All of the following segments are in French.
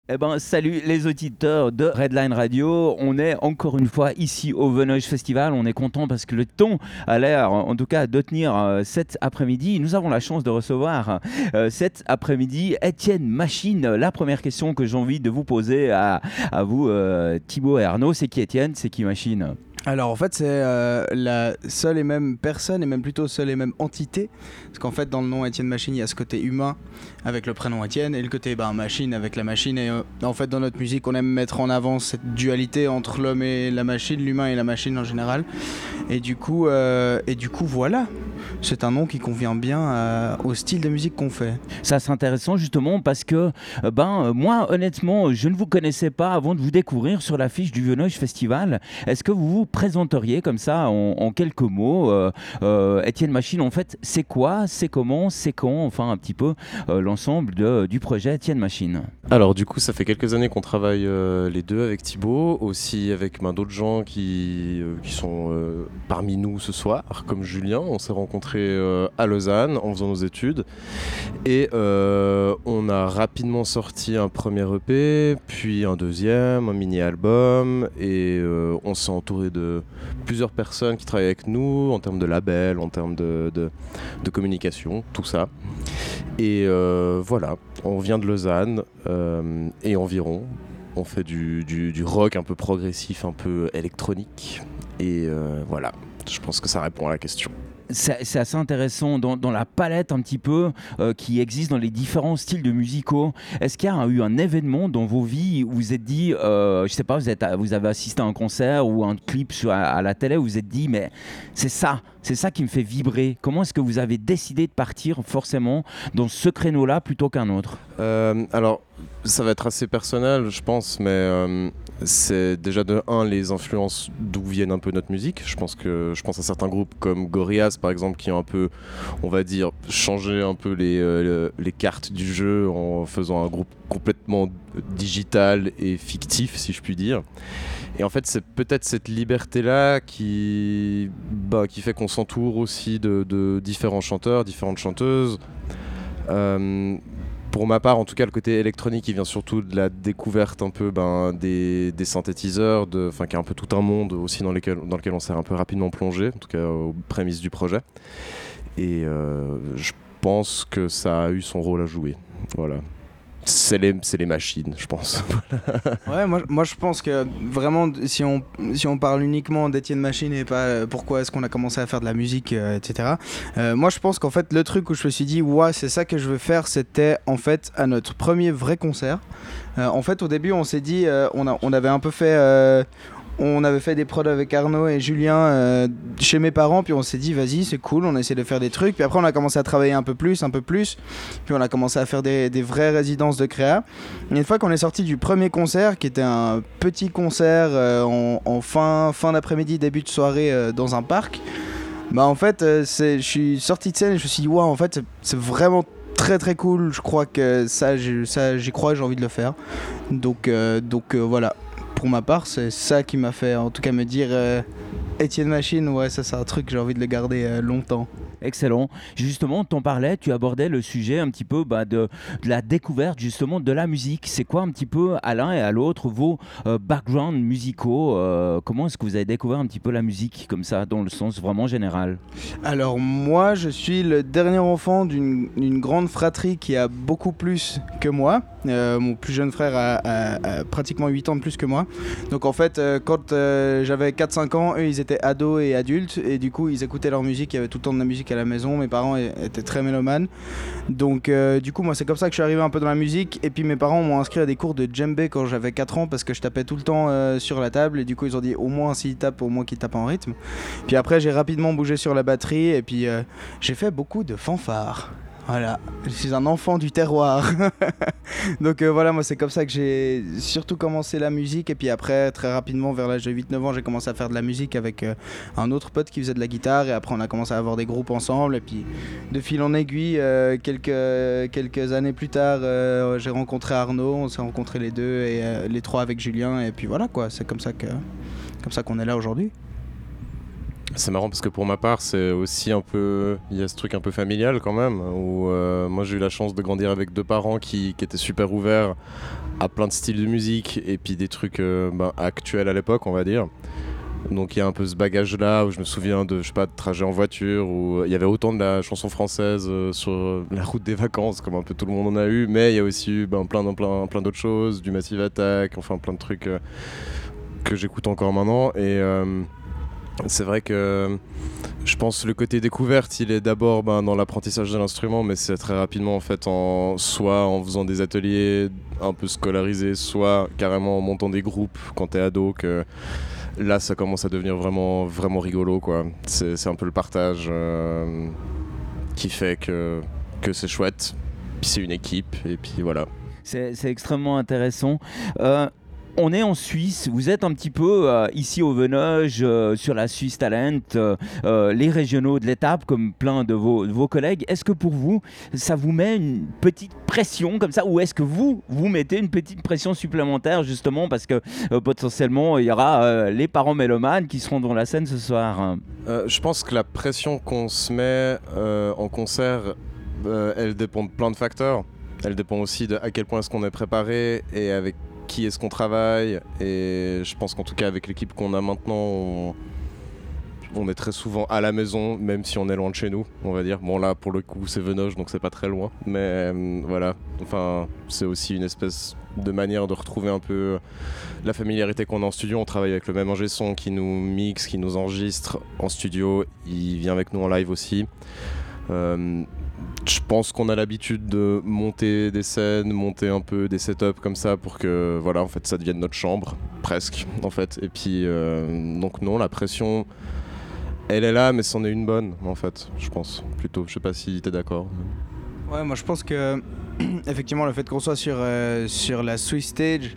Eh ben, salut les auditeurs de Redline Radio. On est encore une fois ici au Venoge Festival. On est content parce que le ton a l'air, en tout cas, de tenir cet après-midi. Nous avons la chance de recevoir cet après-midi Étienne Machine. La première question que j'ai envie de vous poser à vous, Thibaut et Arnaud, c'est qui Étienne, c'est qui Machine? Alors en fait c'est la seule et même personne et même plutôt seule et même entité parce qu'en fait dans le nom Étienne Machine il y a ce côté humain avec le prénom Étienne et le côté machine avec la machine et en fait dans notre musique on aime mettre en avant cette dualité entre l'homme et la machine, l'humain et la machine en général et du coup voilà, c'est un nom qui convient bien au style de musique qu'on fait. Ça, c'est intéressant justement parce que moi, honnêtement, je ne vous connaissais pas avant de vous découvrir sur l'affiche du Venoge Festival. Est-ce que vous vous présenteriez comme ça en quelques mots Étienne Machine, en fait, c'est quoi, c'est comment, c'est quand, enfin un petit peu l'ensemble du projet Étienne Machine. Alors du coup ça fait quelques années qu'on travaille les deux avec Thibaut, aussi avec d'autres gens qui sont parmi nous ce soir, comme Julien. On s'est rencontrés à Lausanne en faisant nos études et on a rapidement sorti un premier EP, puis un deuxième, un mini-album et on s'est entouré de plusieurs personnes qui travaillent avec nous en termes de label, en termes de communication, tout ça. Et voilà, on vient de Lausanne et environ. On fait du rock un peu progressif, un peu électronique. Et voilà, je pense que ça répond à la question. C'est assez intéressant dans la palette un petit peu qui existe dans les différents styles de musicaux. Est-ce qu'il y a eu un événement dans vos vies où vous vous êtes dit, je sais pas, vous avez assisté à un concert ou un clip à la télé où vous vous êtes dit, mais c'est ça qui me fait vibrer. Comment est-ce que vous avez décidé de partir forcément dans ce créneau-là plutôt qu'un autre? Alors, ça va être assez personnel, je pense, mais c'est déjà de un les influences d'où viennent un peu notre musique. Je pense à certains groupes comme Gorillaz par exemple qui ont un peu, on va dire, changé un peu les cartes du jeu en faisant un groupe complètement digital et fictif, si je puis dire. Et en fait, c'est peut-être cette liberté-là qui fait qu'on s'entoure aussi de différents chanteurs, différentes chanteuses. Pour ma part, en tout cas, le côté électronique, il vient surtout de la découverte un peu des synthétiseurs, qui est un peu tout un monde aussi dans lequel on s'est un peu rapidement plongé, en tout cas aux prémices du projet. Et je pense que ça a eu son rôle à jouer. Voilà. C'est les machines, je pense. Ouais, moi je pense que vraiment, si on parle uniquement d'Étienne Machine et pas pourquoi est-ce qu'on a commencé à faire de la musique, etc. Moi je pense qu'en fait, le truc où je me suis dit, ouais, c'est ça que je veux faire, c'était en fait à notre premier vrai concert. En fait, au début, on s'est dit, on avait un peu fait. On avait fait des prods avec Arnaud et Julien chez mes parents, puis on s'est dit vas-y c'est cool, on a essayé de faire des trucs, puis après on a commencé à travailler un peu plus, puis on a commencé à faire des vraies résidences de créa. Et une fois qu'on est sorti du premier concert, qui était un petit concert en fin d'après-midi, début de soirée dans un parc, en fait je suis sorti de scène et je me suis dit ouais en fait c'est vraiment très très cool, je crois que j'y crois, j'ai envie de le faire. Donc voilà. Pour ma part, c'est ça qui m'a fait en tout cas me dire Étienne Machine, ouais, ça c'est un truc, j'ai envie de le garder longtemps. Excellent. Justement, t'en parlais, tu abordais le sujet un petit peu de la découverte justement de la musique. C'est quoi un petit peu à l'un et à l'autre vos backgrounds musicaux comment est-ce que vous avez découvert un petit peu la musique comme ça, dans le sens vraiment général? Alors moi, je suis le dernier enfant d'une grande fratrie qui a beaucoup plus que moi. Mon plus jeune frère a pratiquement 8 ans de plus que moi. Donc en fait, quand j'avais 4-5 ans, eux ils étaient ados et adultes et du coup ils écoutaient leur musique, il y avait tout le temps de la musique à la maison, mes parents étaient très mélomanes. Donc du coup moi c'est comme ça que je suis arrivé un peu dans la musique et puis mes parents m'ont inscrit à des cours de djembé quand j'avais 4 ans parce que je tapais tout le temps sur la table et du coup ils ont dit au moins s'il tape, au moins qu'il tape en rythme. Puis après j'ai rapidement bougé sur la batterie et puis j'ai fait beaucoup de fanfares. Voilà, je suis un enfant du terroir. Donc voilà, moi c'est comme ça que j'ai surtout commencé la musique. Et puis après, très rapidement, vers l'âge de 8-9 ans, j'ai commencé à faire de la musique avec un autre pote qui faisait de la guitare. Et après, on a commencé à avoir des groupes ensemble. Et puis, de fil en aiguille, quelques années plus tard, j'ai rencontré Arnaud. On s'est rencontrés les deux et les trois avec Julien. Et puis voilà quoi, c'est comme ça qu'on est là aujourd'hui. C'est marrant parce que pour ma part, c'est aussi un peu... Il y a ce truc un peu familial quand même, où moi j'ai eu la chance de grandir avec deux parents qui étaient super ouverts à plein de styles de musique et puis des trucs actuels à l'époque, on va dire. Donc il y a un peu ce bagage-là où je me souviens de, je sais pas, de trajets en voiture où il y avait autant de la chanson française sur la route des vacances, comme un peu tout le monde en a eu, mais il y a aussi eu plein d'autres choses, du Massive Attack, enfin plein de trucs que j'écoute encore maintenant. Et c'est vrai que je pense que le côté découverte, il est d'abord dans l'apprentissage de l'instrument, mais c'est très rapidement en fait soit en faisant des ateliers un peu scolarisés, soit carrément en montant des groupes quand t'es ado, que là ça commence à devenir vraiment, vraiment rigolo, quoi. C'est un peu le partage qui fait que c'est chouette, puis c'est une équipe, et puis voilà. C'est extrêmement intéressant. On est en Suisse, vous êtes un petit peu ici au Venoge, sur la Suisse Talent, les régionaux de l'étape, comme plein de vos collègues. Est-ce que pour vous, ça vous met une petite pression comme ça, ou est-ce que vous mettez une petite pression supplémentaire, justement, parce que potentiellement, il y aura les parents mélomanes qui seront dans la scène ce soir? Je pense que la pression qu'on se met en concert, elle dépend de plein de facteurs. Elle dépend aussi de à quel point est-ce qu'on est préparé et avec qui est-ce qu'on travaille, et je pense qu'en tout cas avec l'équipe qu'on a maintenant, on est très souvent à la maison, même si on est loin de chez nous, on va dire. Bon là pour le coup c'est Venoge, donc c'est pas très loin, mais voilà, enfin c'est aussi une espèce de manière de retrouver un peu la familiarité qu'on a en studio. On travaille avec le même ingé son qui nous mixe, qui nous enregistre en studio, il vient avec nous en live aussi. Je pense qu'on a l'habitude de monter des scènes, monter un peu des setups comme ça pour que voilà, en fait, ça devienne notre chambre, presque, en fait. Et puis, donc non, la pression, elle est là, mais c'en est une bonne, en fait, je pense, plutôt. Je sais pas si t'es d'accord. Ouais, moi je pense que effectivement le fait qu'on soit sur la Swiss Stage,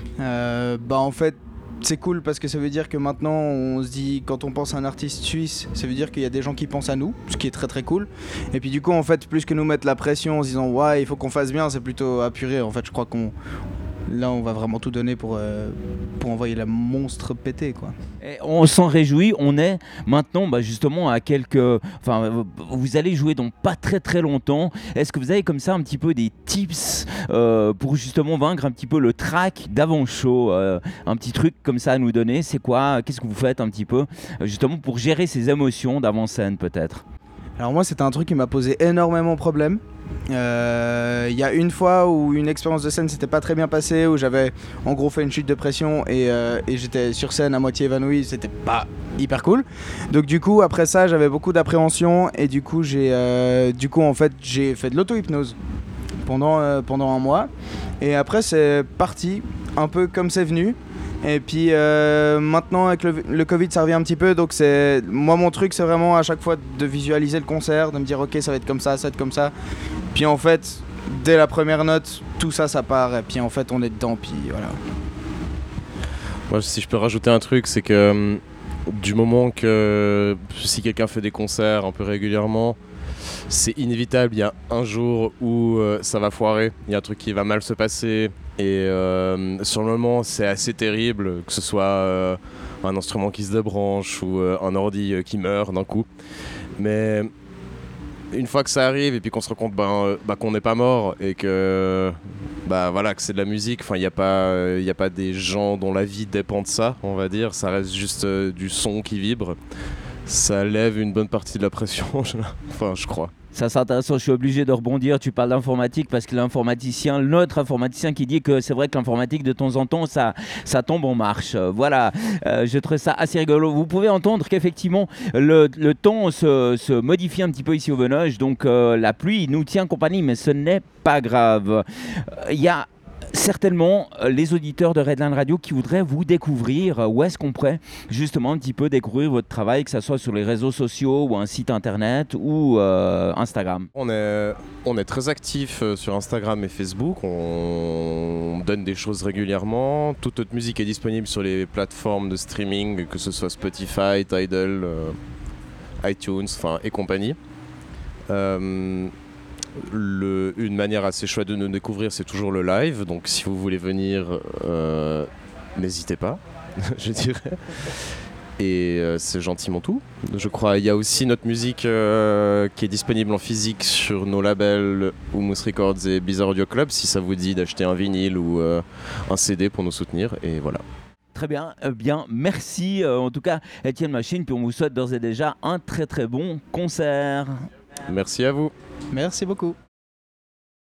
en fait c'est cool parce que ça veut dire que maintenant on se dit, quand on pense à un artiste suisse, ça veut dire qu'il y a des gens qui pensent à nous, ce qui est très très cool. Et puis du coup en fait, plus que nous mettre la pression en se disant ouais il faut qu'on fasse bien, c'est plutôt apuré. En fait je crois qu'on va vraiment tout donner pour envoyer la monstre péter, quoi. Et on s'en réjouit, on est maintenant justement à quelques... Enfin, vous allez jouer dans pas très très longtemps. Est-ce que vous avez comme ça un petit peu des tips pour justement vaincre un petit peu le track d'avant-show, un petit truc comme ça à nous donner? C'est quoi? Qu'est-ce que vous faites un petit peu justement pour gérer ces émotions d'avant-scène peut-être? Alors moi c'était un truc qui m'a posé énormément de problèmes. Il y a une fois où une expérience de scène s'était pas très bien passée, où j'avais en gros fait une chute de pression et j'étais sur scène à moitié évanoui, c'était pas hyper cool. Donc du coup après ça j'avais beaucoup d'appréhension et du coup j'ai fait de l'auto-hypnose pendant un mois et après c'est parti un peu comme c'est venu. Et puis maintenant avec le Covid ça revient un petit peu, donc moi mon truc c'est vraiment à chaque fois de visualiser le concert, de me dire ok ça va être comme ça va être comme ça. Puis en fait dès la première note tout ça part et puis en fait on est dedans, puis voilà. Moi si je peux rajouter un truc, c'est que du moment que si quelqu'un fait des concerts un peu régulièrement, c'est inévitable, il y a un jour où ça va foirer, il y a un truc qui va mal se passer. Et sur le moment c'est assez terrible, que ce soit un instrument qui se débranche ou un ordi qui meurt d'un coup, mais une fois que ça arrive et puis qu'on se rend compte qu'on n'est pas mort et que voilà, que c'est de la musique, enfin il n'y a pas des gens dont la vie dépend de ça, on va dire, ça reste juste du son qui vibre, ça lève une bonne partie de la pression. Enfin je crois. Ça c'est intéressant, je suis obligé de rebondir, tu parles d'informatique parce que notre informaticien qui dit que c'est vrai que l'informatique de temps en temps ça tombe en marche. Voilà, je trouve ça assez rigolo. Vous pouvez entendre qu'effectivement le temps se modifie un petit peu ici au Venoge, donc la pluie nous tient compagnie, mais ce n'est pas grave. Il y a certainement les auditeurs de Redline Radio qui voudraient vous découvrir. Où est-ce qu'on pourrait justement un petit peu découvrir votre travail, que ce soit sur les réseaux sociaux ou un site internet ou Instagram? On est très actifs sur Instagram et Facebook, on donne des choses régulièrement. Toute notre musique est disponible sur les plateformes de streaming, que ce soit Spotify, Tidal, iTunes et compagnie. Une manière assez chouette de nous découvrir, c'est toujours le live, donc si vous voulez venir, n'hésitez pas, je dirais. Et c'est gentiment tout. Je crois il y a aussi notre musique qui est disponible en physique sur nos labels Humus Records et Bizarre Audio Club si ça vous dit d'acheter un vinyle ou un CD pour nous soutenir. Et voilà. Très bien, bien merci en tout cas Étienne Machine, puis on vous souhaite d'ores et déjà un très très bon concert. Merci à vous. Merci beaucoup.